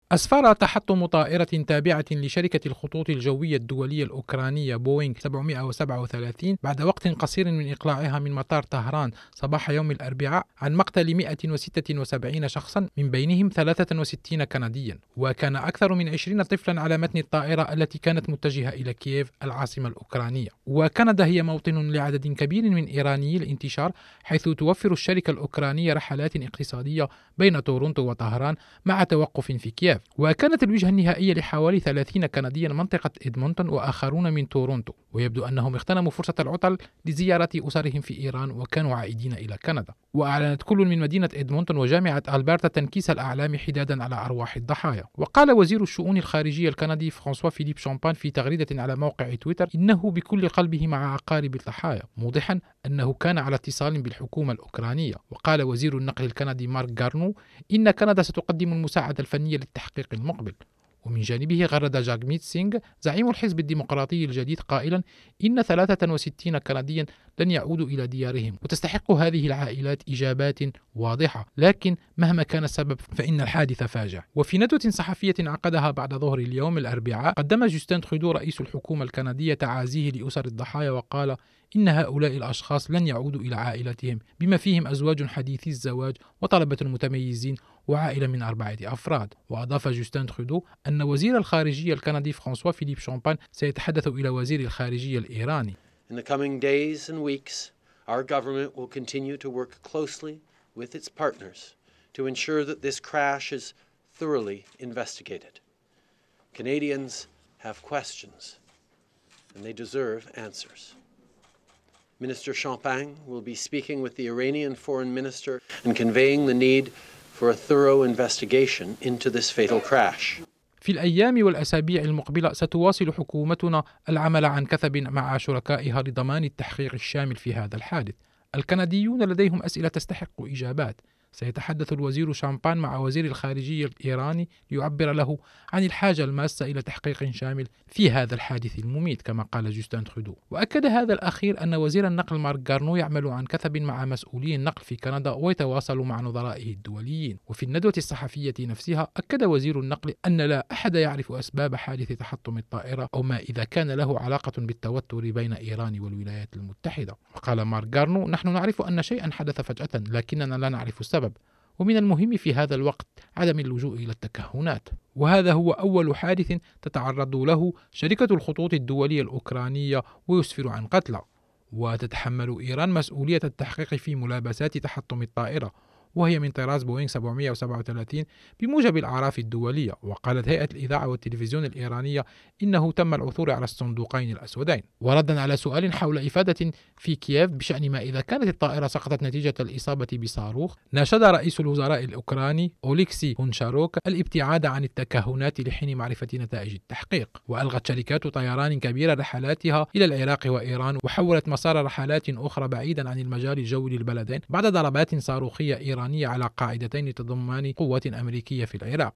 أسفر تحطم طائرة تابعة لشركة الخطوط الجوية الدولية الأوكرانية بوينغ 737 بعد وقت قصير من إقلاعها من مطار طهران صباح يوم الأربعاء عن مقتل 176 شخصا من بينهم 63 كنديا، وكان أكثر من 20 طفلا على متن الطائرة التي كانت متجهة إلى كييف العاصمة الأوكرانية. وكندا هي موطن لعدد كبير من إيرانيي الانتشار، حيث توفر الشركة الأوكرانية رحلات اقتصادية بين تورونتو وطهران مع توقف في كييف. وكانت الوجهة النهائية لحوالي 30 كنديا منطقة إدمونتون وآخرون من تورونتو، ويبدو أنهم اغتنموا فرصة العطل لزيارة أسرهم في إيران وكانوا عائدين إلى كندا. وأعلنت كل من مدينة إدمونتون وجامعة ألبرتا تنكيس الأعلام حدادا على أرواح الضحايا. وقال وزير الشؤون الخارجية الكندي فرانسوا فيليب شامبان في تغريدة على موقع تويتر إنه بكل قلبه مع أقارب الضحايا، موضحا أنه كان على اتصال بالحكومة الأوكرانية. وقال وزير النقل الكندي مارك غارنو إن كندا ستقدم المساعدة الفنية للتحقيق المقبل. ومن جانبه غرد جاغميت سينغ زعيم الحزب الديمقراطي الجديد قائلا إن 63 كنديا لن يعودوا إلى ديارهم، وتستحق هذه العائلات إجابات واضحة، لكن مهما كان السبب فإن الحادث فاجع. وفي ندوة صحفية عقدها بعد ظهر اليوم الأربعاء قدم جوستين ترودو رئيس الحكومة الكندية تعازيه لأسر الضحايا، وقال إن هؤلاء الأشخاص لن يعودوا إلى عائلاتهم بما فيهم أزواج حديثي الزواج وطلبة متميزين وعائلة من 4 أفراد. وأضاف جوستين ترودو أن وزير الخارجية الكندي فرانسوا فيليب شامبان سيتحدث إلى وزير الخارجية الإيراني. In the coming days and weeks, our government will continue to work closely with its partners to ensure that this crash is thoroughly investigated. Canadians have questions and they deserve answers. Minister Champagne will be speaking with the Iranian foreign minister and conveying the need for a thorough investigation into this fatal crash. في الأيام والأسابيع المقبلة ستواصل حكومتنا العمل عن كثب مع شركائها لضمان التحقيق الشامل في هذا الحادث. الكنديون لديهم أسئلة تستحق إجابات. سيتحدث الوزير شامبان مع وزير الخارجية الإيراني ليعبر له عن الحاجة الماسة إلى تحقيق شامل في هذا الحادث المميت كما قال جوستين ترودو. وأكد هذا الأخير أن وزير النقل مارك غارنو يعمل عن كثب مع مسؤولي النقل في كندا ويتواصل مع نظرائه الدوليين. وفي الندوة الصحفية نفسها أكد وزير النقل أن لا أحد يعرف أسباب حادث تحطم الطائرة أو ما إذا كان له علاقة بالتوتر بين إيران والولايات المتحدة. وقال مارك غارنو نحن نعرف أن شيئا حدث فجأة لكننا لا نعرف السبب، ومن المهم في هذا الوقت عدم اللجوء إلى التكهنات. وهذا هو أول حادث تتعرض له شركة الخطوط الدولية الأوكرانية ويسفر عن قتلى، وتتحمل إيران مسؤولية التحقيق في ملابسات تحطم الطائرة، وهي من طراز بوينغ 737 بموجب الأعراف الدولية. وقالت هيئة الإذاعة والتلفزيون الإيرانية إنه تم العثور على الصندوقين الأسودين. وردا على سؤال حول إفادة في كييف بشأن ما إذا كانت الطائرة سقطت نتيجة الإصابة بصاروخ، ناشد رئيس الوزراء الأوكراني أوليكسي هونشاروك الابتعاد عن التكهنات لحين معرفة نتائج التحقيق. وألغت شركات طيران كبيرة رحلاتها إلى العراق وإيران، وحولت مسار رحلات أخرى بعيدا عن المجال الجوي للبلدين بعد ضربات صاروخية إيرانية على قاعدتين تضمان قوات أمريكية في العراق.